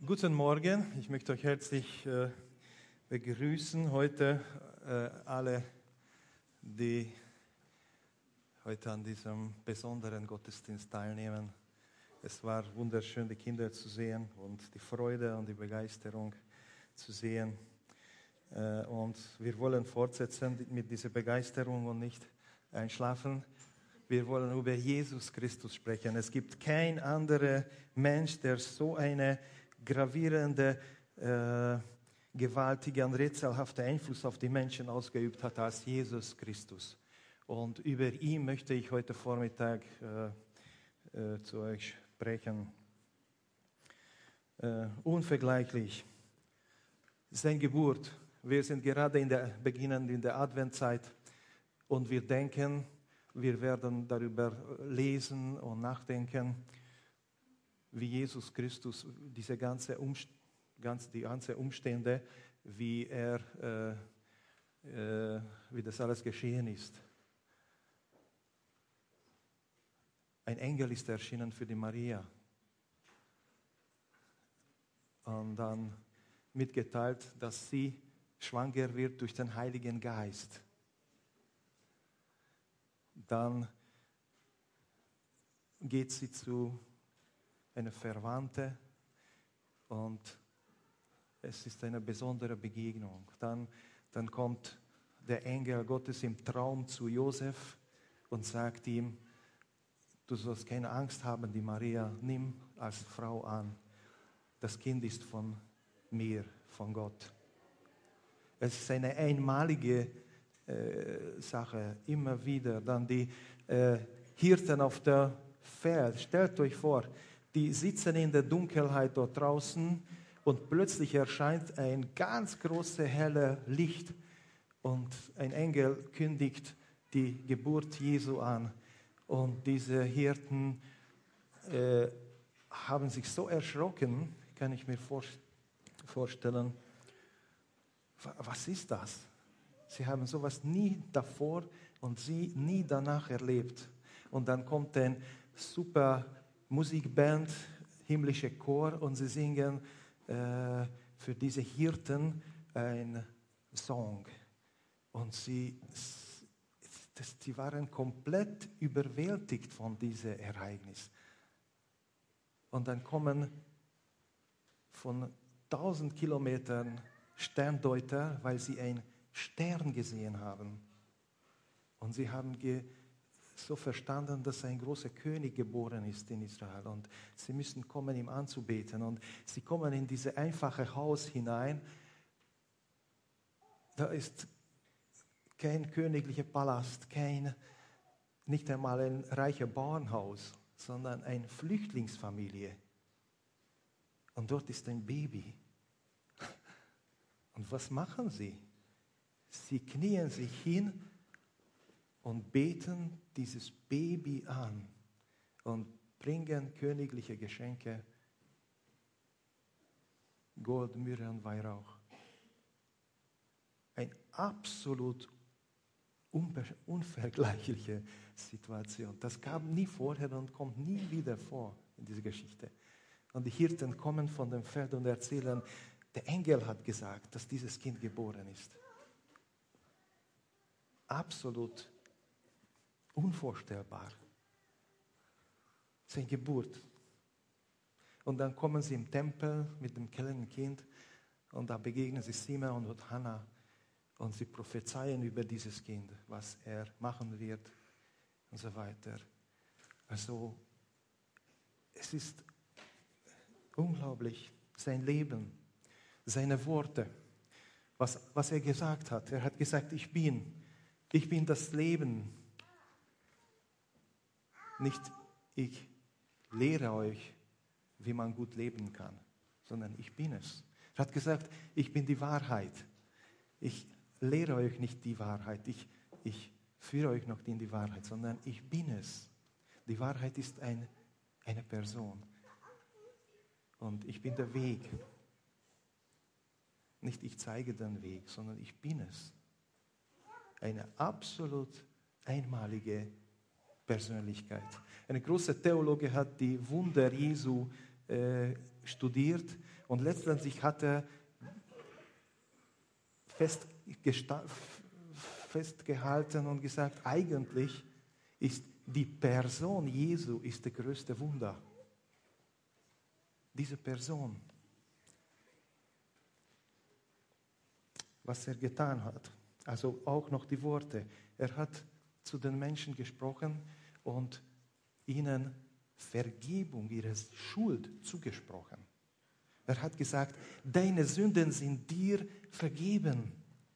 Guten Morgen, ich möchte euch herzlich begrüßen heute, alle, die heute an diesem besonderen Gottesdienst teilnehmen. Es war wunderschön, die Kinder zu sehen und die Freude und die Begeisterung zu sehen. Und wir wollen fortsetzen mit dieser Begeisterung und nicht einschlafen. Wir wollen über Jesus Christus sprechen. Es gibt kein anderer Mensch, der so eine gravierende, gewaltige und rätselhafte Einfluss auf die Menschen ausgeübt hat als Jesus Christus. Und über ihn möchte ich heute Vormittag zu euch sprechen. Unvergleichlich. Seine Geburt. Wir sind gerade beginnend in der Adventzeit und wir denken, wir werden darüber lesen und nachdenken, wie Jesus Christus die ganzen Umstände, wie das alles geschehen ist. Ein Engel ist erschienen für die Maria und dann mitgeteilt, dass sie schwanger wird durch den Heiligen Geist. Dann geht sie zu einer Verwandten und es ist eine besondere Begegnung. Dann kommt der Engel Gottes im Traum zu Josef und sagt ihm, du sollst keine Angst haben, die Maria nimm als Frau an. Das Kind ist von mir, von Gott. Es ist eine einmalige Sache, immer wieder. Dann die Hirten auf der Feld, stellt euch vor, die sitzen in der Dunkelheit dort draußen und plötzlich erscheint ein ganz großes, helles Licht und ein Engel kündigt die Geburt Jesu an. Und diese Hirten haben sich so erschrocken, kann ich mir vorstellen, was ist das? Sie haben sowas nie davor und sie nie danach erlebt. Und dann kommt eine super Musikband, himmlische Chor, und sie singen für diese Hirten einen Song. Und sie waren komplett überwältigt von diesem Ereignis. Und dann kommen von 1000 Kilometern Sterndeuter, weil sie einen Stern gesehen haben. Und sie haben so verstanden, dass ein großer König geboren ist in Israel. Und sie müssen kommen, ihm anzubeten. Und sie kommen in dieses einfache Haus hinein. Da ist kein königlicher Palast, nicht einmal ein reicher Bauernhaus, sondern eine Flüchtlingsfamilie. Und dort ist ein Baby. Und was machen sie? Sie knien sich hin und beten dieses Baby an und bringen königliche Geschenke, Gold, Myrrhe und Weihrauch. Eine absolut unvergleichliche Situation. Das kam nie vorher und kommt nie wieder vor in dieser Geschichte. Und die Hirten kommen von dem Feld und erzählen, der Engel hat gesagt, dass dieses Kind geboren ist. Absolut unvorstellbar. Seine Geburt. Und dann kommen sie im Tempel mit dem kleinen Kind und da begegnen sie Simeon und Hannah und sie prophezeien über dieses Kind, was er machen wird und so weiter. Also es ist unglaublich, sein Leben, seine Worte, was er gesagt hat. Er hat gesagt, ich bin das Leben. Nicht ich lehre euch, wie man gut leben kann, sondern ich bin es. Er hat gesagt, ich bin die Wahrheit. Ich lehre euch nicht die Wahrheit, ich führe euch noch in die Wahrheit, sondern ich bin es. Die Wahrheit ist eine Person. Und ich bin der Weg. Nicht ich zeige den Weg, sondern ich bin es. Eine absolut einmalige Persönlichkeit. Ein großer Theologe hat die Wunder Jesu studiert und letztendlich hat er festgehalten und gesagt, eigentlich ist die Person Jesu ist das größte Wunder. Diese Person, was er getan hat, also auch noch die Worte. Er hat zu den Menschen gesprochen und ihnen Vergebung ihrer Schuld zugesprochen. Er hat gesagt, deine Sünden sind dir vergeben.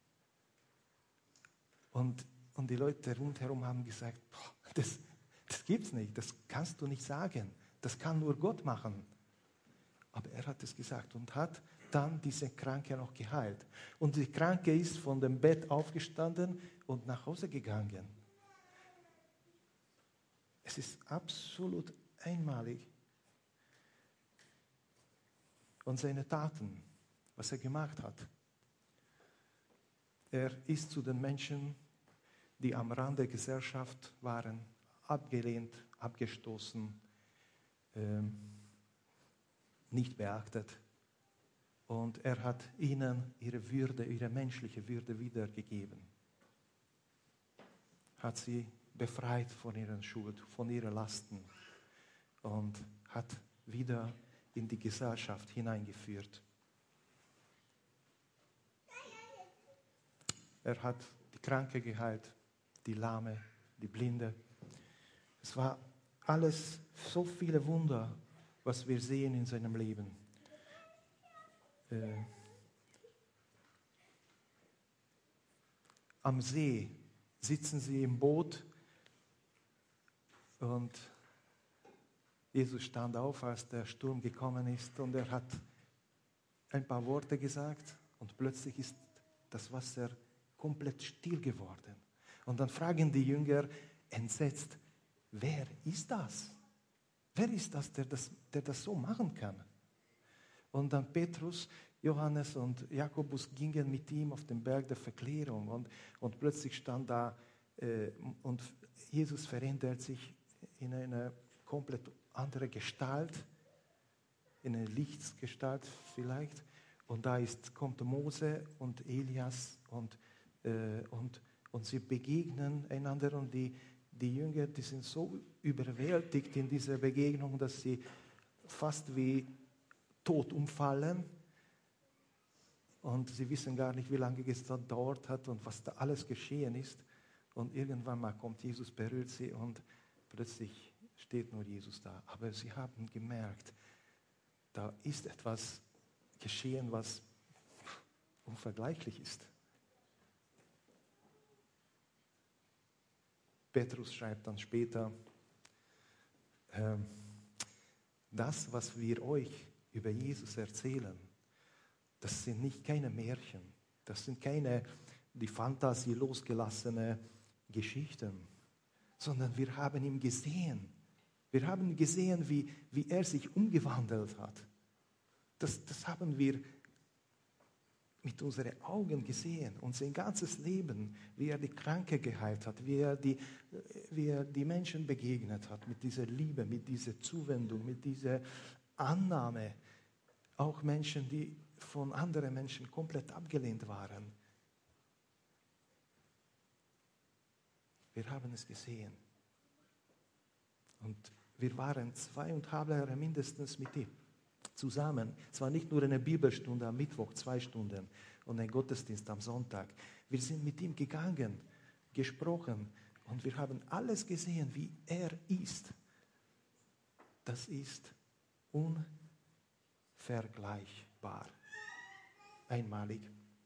Und die Leute rundherum haben gesagt, das gibt's nicht, das kannst du nicht sagen, das kann nur Gott machen. Aber er hat es gesagt und hat dann diese Kranke noch geheilt. Und die Kranke ist von dem Bett aufgestanden und nach Hause gegangen. Es ist absolut einmalig. Und seine Taten, was er gemacht hat. Er ist zu den Menschen, die am Rand der Gesellschaft waren, abgelehnt, abgestoßen, nicht beachtet. Und er hat ihnen ihre Würde, ihre menschliche Würde wiedergegeben. Hat sie befreit von ihrer Schuld, von ihren Lasten und hat wieder in die Gesellschaft hineingeführt. Er hat die Kranke geheilt, die Lahme, die Blinde. Es war alles so viele Wunder, was wir sehen in seinem Leben. Am See sitzen sie im Boot und Jesus stand auf, als der Sturm gekommen ist und er hat ein paar Worte gesagt und plötzlich ist das Wasser komplett still geworden. Und dann fragen die Jünger entsetzt, wer ist das? Wer ist das, der das so machen kann? Und dann Petrus, Johannes und Jakobus gingen mit ihm auf den Berg der Verklärung und plötzlich stand da und Jesus verändert sich in eine komplett andere Gestalt, in eine Lichtgestalt vielleicht. Und da kommt Mose und Elias und sie begegnen einander und die Jünger, die sind so überwältigt in dieser Begegnung, dass sie fast wie tot umfallen und sie wissen gar nicht, wie lange es gedauert hat und was da alles geschehen ist. Und irgendwann mal kommt Jesus, berührt sie und plötzlich steht nur Jesus da. Aber sie haben gemerkt, da ist etwas geschehen, was unvergleichlich ist. Petrus schreibt dann später, das, was wir euch über Jesus erzählen, das sind keine Märchen, das sind keine die Fantasie losgelassene Geschichten, sondern wir haben ihn gesehen. Wir haben gesehen, wie er sich umgewandelt hat. Das haben wir mit unseren Augen gesehen, unser ganzes Leben, wie er die Kranke geheilt hat, wie er die Menschen begegnet hat, mit dieser Liebe, mit dieser Zuwendung, mit dieser Annahme. Auch Menschen, die von anderen Menschen komplett abgelehnt waren. Wir haben es gesehen. Und wir waren 2,5 Jahre mindestens mit ihm zusammen. Es war nicht nur eine Bibelstunde am Mittwoch, 2 Stunden und ein Gottesdienst am Sonntag. Wir sind mit ihm gegangen, gesprochen und wir haben alles gesehen, wie er ist. Das ist unvergleichbar. Einmalig.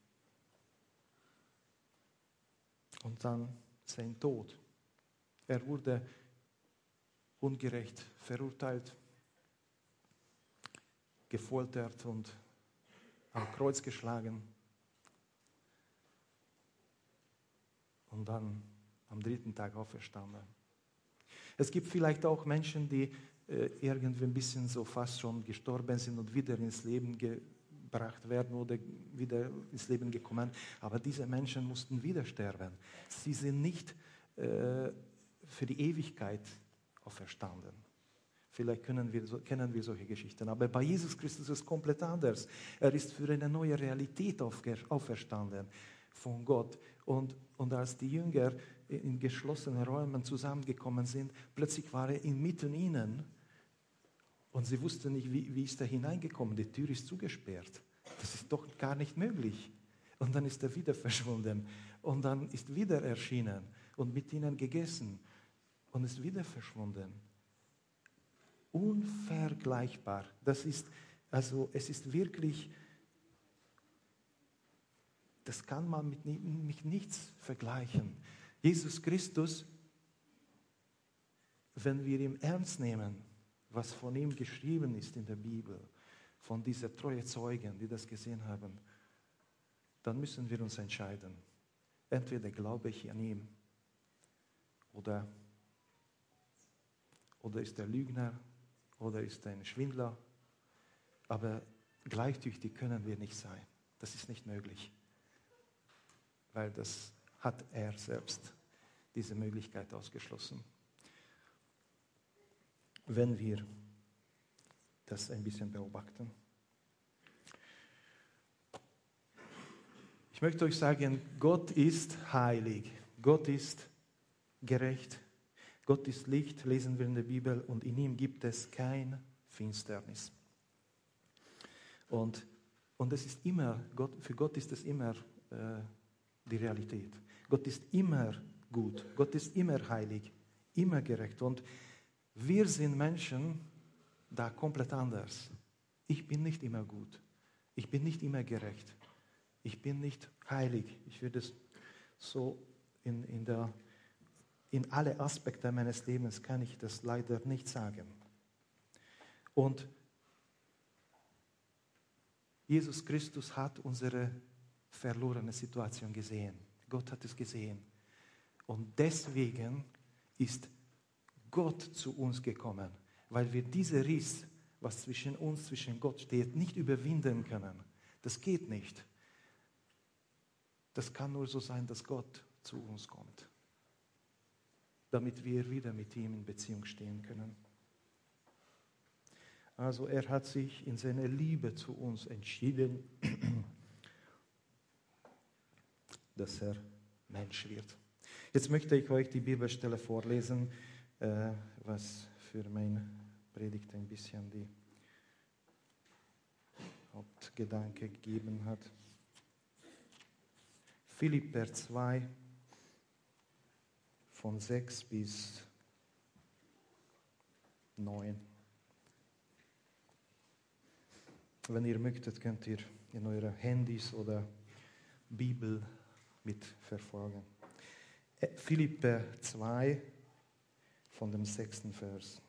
Und dann sein Tod. Er wurde ungerecht verurteilt, gefoltert und am Kreuz geschlagen. Und dann am 3. Tag auferstanden. Es gibt vielleicht auch Menschen, die irgendwie ein bisschen so fast schon gestorben sind und wieder ins Leben gebracht werden oder wieder ins Leben gekommen. Aber diese Menschen mussten wieder sterben. Sie sind nicht für die Ewigkeit auferstanden. Vielleicht kennen wir solche Geschichten. Aber bei Jesus Christus ist es komplett anders. Er ist für eine neue Realität auferstanden von Gott. Und als die Jünger in geschlossenen Räumen zusammengekommen sind, plötzlich war er inmitten ihnen. Und sie wussten nicht, wie ist er hineingekommen. Die Tür ist zugesperrt. Das ist doch gar nicht möglich. Und dann ist er wieder verschwunden. Und dann ist wieder erschienen und mit ihnen gegessen. Und ist wieder verschwunden. Unvergleichbar. Es ist wirklich, das kann man mit nichts vergleichen. Jesus Christus, wenn wir ihn ernst nehmen, was von ihm geschrieben ist in der Bibel, von dieser treue Zeugen, die das gesehen haben, dann müssen wir uns entscheiden. Entweder glaube ich an ihn oder ist er Lügner oder ist er ein Schwindler. Aber gleichtüchtig können wir nicht sein. Das ist nicht möglich. Weil das hat er selbst, diese Möglichkeit ausgeschlossen. Wenn wir das ein bisschen beobachten. Ich möchte euch sagen, Gott ist heilig. Gott ist gerecht. Gott ist Licht, lesen wir in der Bibel, und in ihm gibt es kein Finsternis. Und es ist immer, für Gott ist es immer die Realität. Gott ist immer gut, Gott ist immer heilig, immer gerecht. Und wir sind Menschen da komplett anders. Ich bin nicht immer gut, ich bin nicht immer gerecht, ich bin nicht heilig. Ich würde es so in alle Aspekte meines Lebens kann ich das leider nicht sagen. Und Jesus Christus hat unsere verlorene Situation gesehen. Gott hat es gesehen. Und deswegen ist Gott zu uns gekommen, weil wir diesen Riss, was zwischen uns, zwischen Gott steht, nicht überwinden können. Das geht nicht. Das kann nur so sein, dass Gott zu uns kommt, damit wir wieder mit ihm in Beziehung stehen können. Also er hat sich in seiner Liebe zu uns entschieden, dass er Mensch wird. Jetzt möchte ich euch die Bibelstelle vorlesen, was für meine Predigt ein bisschen die Hauptgedanke gegeben hat. Philipper 2, von 6 bis 9. Wenn ihr möchtet, könnt ihr in eure Handys oder Bibel mitverfolgen. Philipper 2, von dem 6. Vers.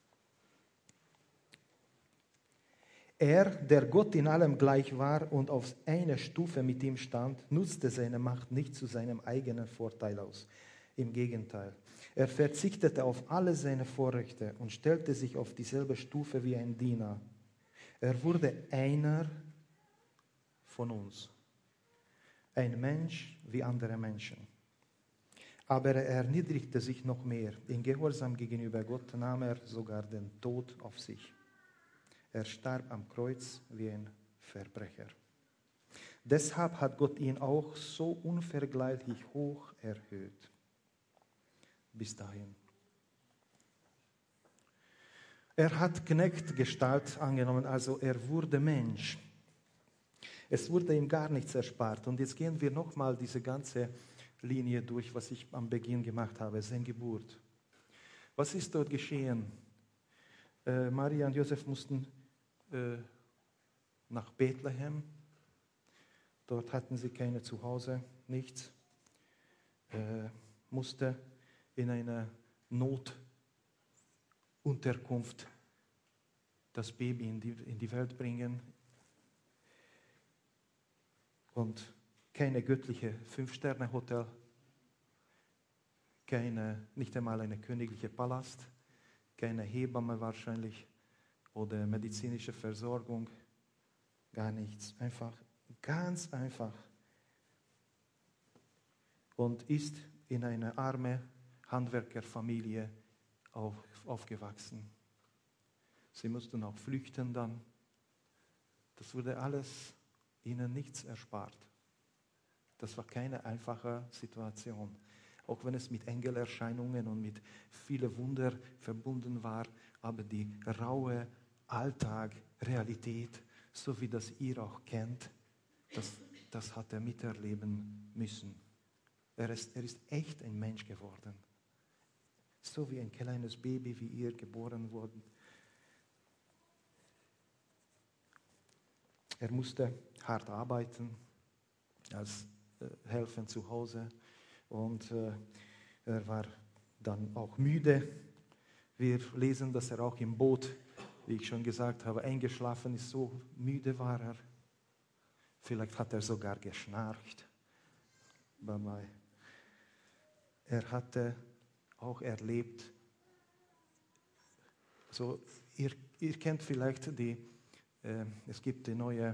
Er, der Gott in allem gleich war und auf einer Stufe mit ihm stand, nutzte seine Macht nicht zu seinem eigenen Vorteil aus. Im Gegenteil, er verzichtete auf alle seine Vorrechte und stellte sich auf dieselbe Stufe wie ein Diener. Er wurde einer von uns, ein Mensch wie andere Menschen. Aber er erniedrigte sich noch mehr. In Gehorsam gegenüber Gott nahm er sogar den Tod auf sich. Er starb am Kreuz wie ein Verbrecher. Deshalb hat Gott ihn auch so unvergleichlich hoch erhöht. Bis dahin. Er hat Knechtgestalt angenommen, also er wurde Mensch. Es wurde ihm gar nichts erspart. Und jetzt gehen wir nochmal diese ganze Linie durch, was ich am Beginn gemacht habe, seine Geburt. Was ist dort geschehen? Maria und Josef mussten nach Bethlehem. Dort hatten sie keine Zuhause, nichts. Musste in eine Notunterkunft das Baby in die Welt bringen. Und keine göttliche 5-Sterne-Hotel, nicht einmal eine königliche Palast, keine Hebamme wahrscheinlich oder medizinische Versorgung, gar nichts. Einfach, ganz einfach. Und ist in einer armen Handwerkerfamilie aufgewachsen. Sie mussten auch flüchten dann. Das wurde alles ihnen nichts erspart. Das war keine einfache Situation. Auch wenn es mit Engelerscheinungen und mit vielen Wunder verbunden war, aber die raue Alltag, Realität, so wie das ihr auch kennt, das hat er miterleben müssen. Er ist echt ein Mensch geworden. So wie ein kleines Baby, wie ihr geboren wurde. Er musste hart arbeiten, als helfen zu Hause. Und er war dann auch müde. Wir lesen, dass er auch im Boot, wie ich schon gesagt habe, eingeschlafen ist. So müde war er. Vielleicht hat er sogar geschnarcht dabei. Er hatte auch erlebt, so, ihr kennt vielleicht es gibt die neue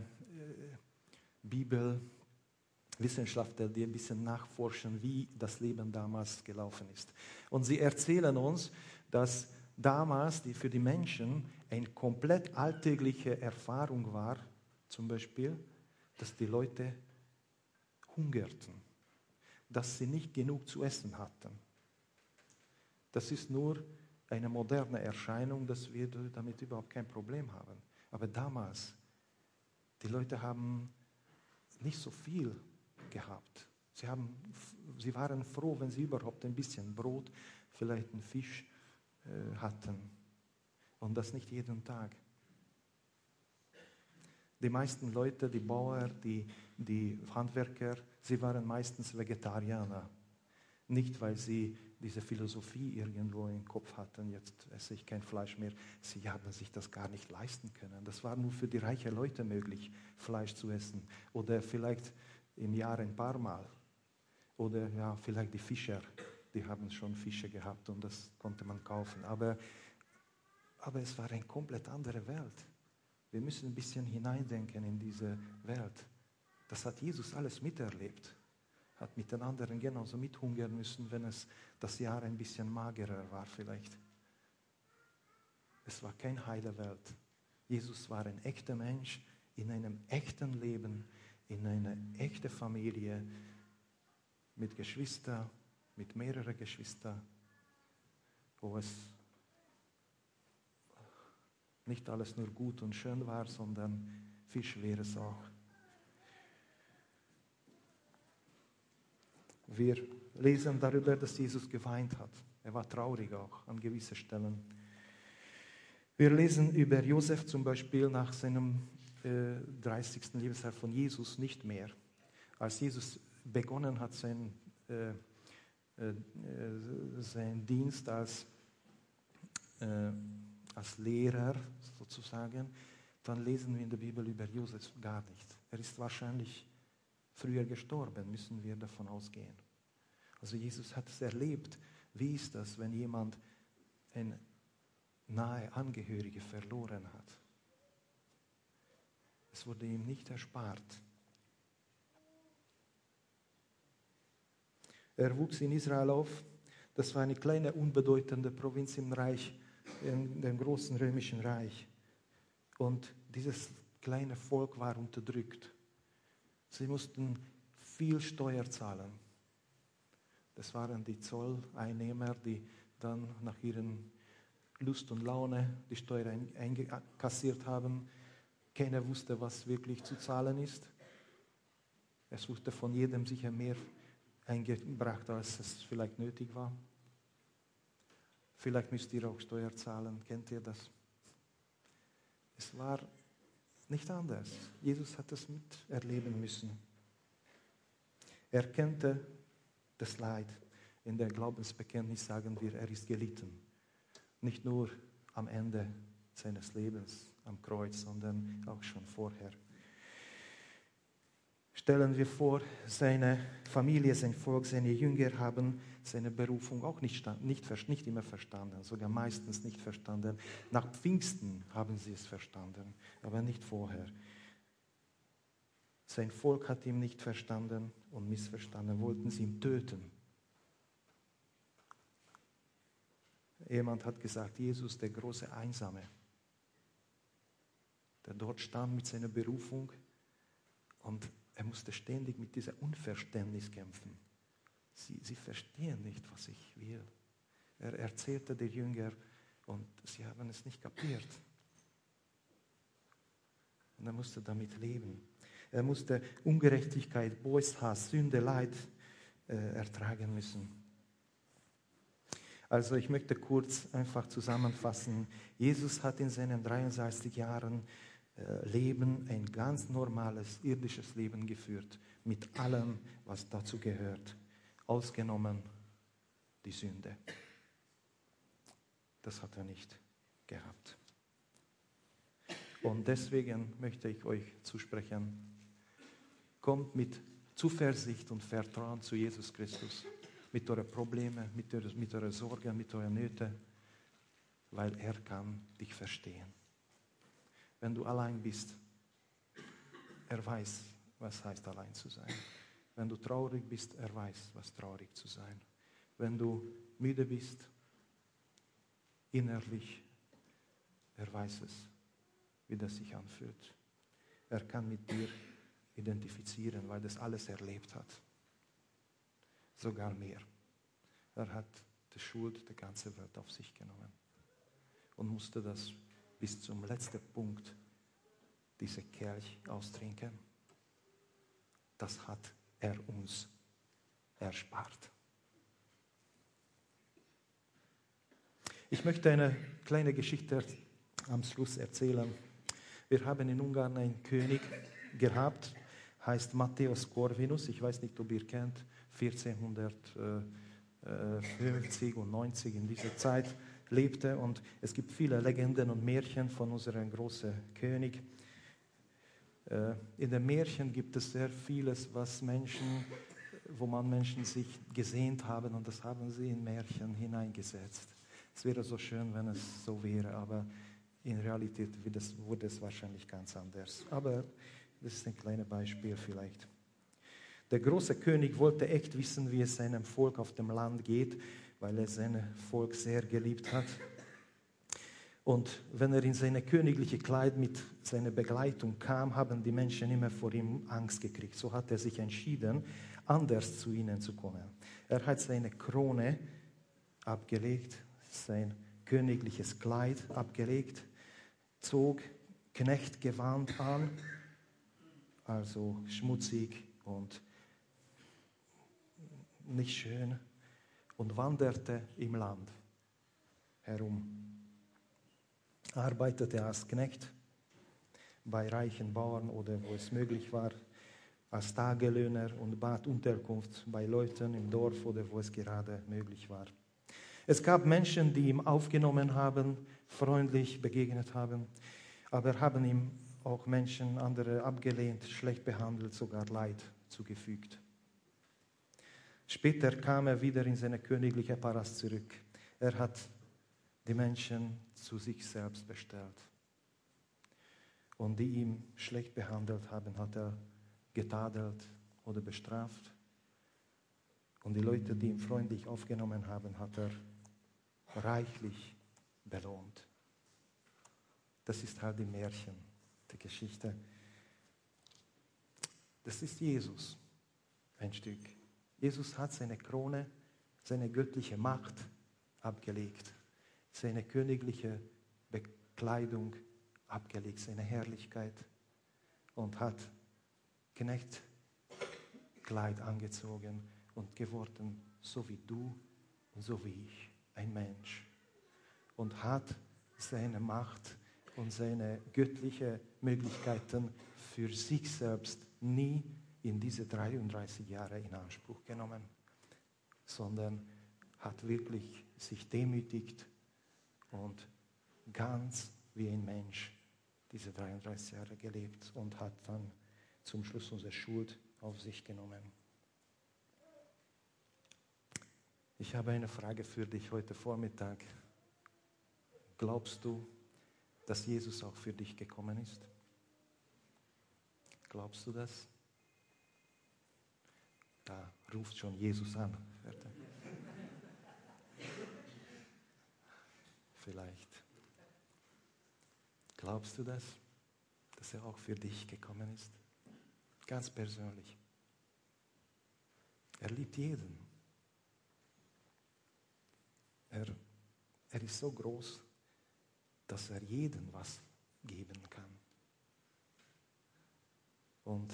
Bibelwissenschaftler, die ein bisschen nachforschen, wie das Leben damals gelaufen ist. Und sie erzählen uns, dass damals für die Menschen eine komplett alltägliche Erfahrung war, zum Beispiel, dass die Leute hungerten, dass sie nicht genug zu essen hatten. Das ist nur eine moderne Erscheinung, dass wir damit überhaupt kein Problem haben. Aber damals, die Leute haben nicht so viel gehabt. Sie waren froh, wenn sie überhaupt ein bisschen Brot, vielleicht einen Fisch hatten. Und das nicht jeden Tag. Die meisten Leute, die Bauern, die Handwerker, sie waren meistens Vegetarier. Nicht, weil sie diese Philosophie irgendwo im Kopf hatten, jetzt esse ich kein Fleisch mehr. Sie haben sich das gar nicht leisten können. Das war nur für die reichen Leute möglich, Fleisch zu essen. Oder vielleicht im Jahr ein paar Mal. Oder ja, vielleicht die Fischer, die haben schon Fische gehabt und das konnte man kaufen. Aber es war eine komplett andere Welt. Wir müssen ein bisschen hineindenken in diese Welt. Das hat Jesus alles miterlebt. Hat mit den anderen genauso mithungern müssen, wenn es das Jahr ein bisschen magerer war vielleicht. Es war keine heile Welt. Jesus war ein echter Mensch in einem echten Leben, in einer echten Familie, mit Geschwistern, mit mehreren Geschwistern, wo es nicht alles nur gut und schön war, sondern viel Schweres auch. Wir lesen darüber, dass Jesus geweint hat. Er war traurig auch an gewissen Stellen. Wir lesen über Josef zum Beispiel nach seinem 30. Lebensjahr von Jesus nicht mehr. Als Jesus begonnen hat, seinen Dienst als Lehrer sozusagen, dann lesen wir in der Bibel über Josef gar nicht. Er ist wahrscheinlich früher gestorben, müssen wir davon ausgehen. Also Jesus hat es erlebt. Wie ist das, wenn jemand eine nahe Angehörige verloren hat? Es wurde ihm nicht erspart. Er wuchs in Israel auf. Das war eine kleine, unbedeutende Provinz im Reich, in dem großen römischen Reich. Und dieses kleine Volk war unterdrückt. Sie mussten viel Steuer zahlen. Das waren die Zolleinnehmer, die dann nach ihren Lust und Laune die Steuer einkassiert haben. Keiner wusste, was wirklich zu zahlen ist. Es wurde von jedem sicher mehr eingebracht, als es vielleicht nötig war. Vielleicht müsst ihr auch Steuer zahlen. Kennt ihr das? Es war nicht anders. Jesus hat es miterleben müssen. Er kannte das Leid. In der Glaubensbekenntnis sagen wir, er ist gelitten. Nicht nur am Ende seines Lebens am Kreuz, sondern auch schon vorher. Stellen wir vor, seine Familie, sein Volk, seine Jünger haben seine Berufung auch nicht immer verstanden, sogar meistens nicht verstanden. Nach Pfingsten haben sie es verstanden, aber nicht vorher. Sein Volk hat ihn nicht verstanden und missverstanden, wollten sie ihn töten. Jemand hat gesagt, Jesus, der große Einsame. der dort stand mit seiner Berufung. Und er musste ständig mit dieser Unverständnis kämpfen. Sie verstehen nicht, was ich will. Er erzählte den Jüngern und sie haben es nicht kapiert. Und er musste damit leben. Er musste Ungerechtigkeit, Boshass, Sünde, Leid ertragen müssen. Also ich möchte kurz einfach zusammenfassen. Jesus hat in seinen 63 Jahren Leben ein ganz normales irdisches Leben geführt, mit allem, was dazu gehört, ausgenommen die Sünde. Das hat er nicht gehabt. Und deswegen möchte ich euch zusprechen, kommt mit Zuversicht und Vertrauen zu Jesus Christus, mit euren Problemen, mit euren Sorgen, mit euren Nöten, weil er kann dich verstehen. Wenn du allein bist, er weiß, was heißt allein zu sein. Wenn du traurig bist, er weiß, was traurig zu sein. Wenn du müde bist, innerlich, er weiß es, wie das sich anfühlt. Er kann mit dir identifizieren, weil das alles erlebt hat. Sogar mehr. Er hat die Schuld der ganzen Welt auf sich genommen und musste das bis zum letzten Punkt, diese Kelch austrinken. Das hat er uns erspart. Ich möchte eine kleine Geschichte am Schluss erzählen. Wir haben in Ungarn einen König gehabt, heißt Matthäus Corvinus. Ich weiß nicht, ob ihr kennt, 1450 und 90 in dieser Zeit lebte. Und es gibt viele Legenden und Märchen von unserem großen König. In den Märchen gibt es sehr vieles, wo man Menschen sich gesehnt haben, und das haben sie in Märchen hineingesetzt. Es wäre so schön, wenn es so wäre, aber in Realität wurde es wahrscheinlich ganz anders. Aber das ist ein kleines Beispiel vielleicht. Der große König wollte echt wissen, wie es seinem Volk auf dem Land geht, weil er sein Volk sehr geliebt hat. Und wenn er in seine königliche Kleid mit seiner Begleitung kam, haben die Menschen immer vor ihm Angst gekriegt. So hat er sich entschieden, anders zu ihnen zu kommen. Er hat seine Krone abgelegt, sein königliches Kleid abgelegt, zog Knechtgewand an, also schmutzig und nicht schön, und wanderte im Land herum. Arbeitete als Knecht bei reichen Bauern oder wo es möglich war, als Tagelöhner, und bat Unterkunft bei Leuten im Dorf oder wo es gerade möglich war. Es gab Menschen, die ihn aufgenommen haben, freundlich begegnet haben, aber haben ihm auch Menschen, andere abgelehnt, schlecht behandelt, sogar Leid zugefügt. Später kam er wieder in seinen königlichen Palast zurück. Er hat die Menschen zu sich selbst bestellt. Und die ihn schlecht behandelt haben, hat er getadelt oder bestraft. Und die Leute, die ihn freundlich aufgenommen haben, hat er reichlich belohnt. Das ist halt die Märchen, die Geschichte. Das ist Jesus, ein Stück. Jesus hat seine Krone, seine göttliche Macht abgelegt, seine königliche Bekleidung abgelegt, seine Herrlichkeit, und hat Knechtkleid angezogen und geworden, so wie du und so wie ich, ein Mensch, und hat seine Macht und seine göttlichen Möglichkeiten für sich selbst nie in diese 33 Jahre in Anspruch genommen, sondern hat wirklich sich demütigt und ganz wie ein Mensch diese 33 Jahre gelebt und hat dann zum Schluss unsere Schuld auf sich genommen. Ich habe eine Frage für dich heute Vormittag. Glaubst du, dass Jesus auch für dich gekommen ist? Glaubst du das? Da ruft schon Jesus an. Vielleicht. Glaubst du das? dass er auch für dich gekommen ist. Ganz persönlich. Er liebt jeden. Er ist so groß, dass er jedem was geben kann. Und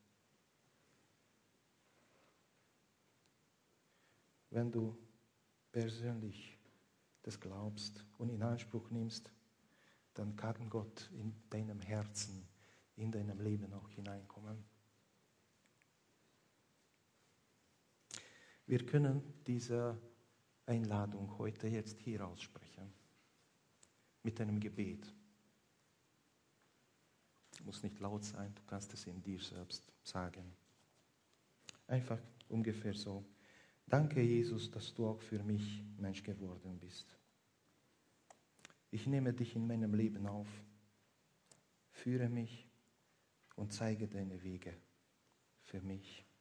wenn du persönlich das glaubst und in Anspruch nimmst, dann kann Gott in deinem Herzen, in deinem Leben auch hineinkommen. Wir können diese Einladung heute jetzt hier aussprechen, mit einem Gebet. Muss nicht laut sein, du kannst es in dir selbst sagen. Einfach ungefähr so. Danke, Jesus, dass du auch für mich Mensch geworden bist. Ich nehme dich in meinem Leben auf, führe mich und zeige deine Wege für mich.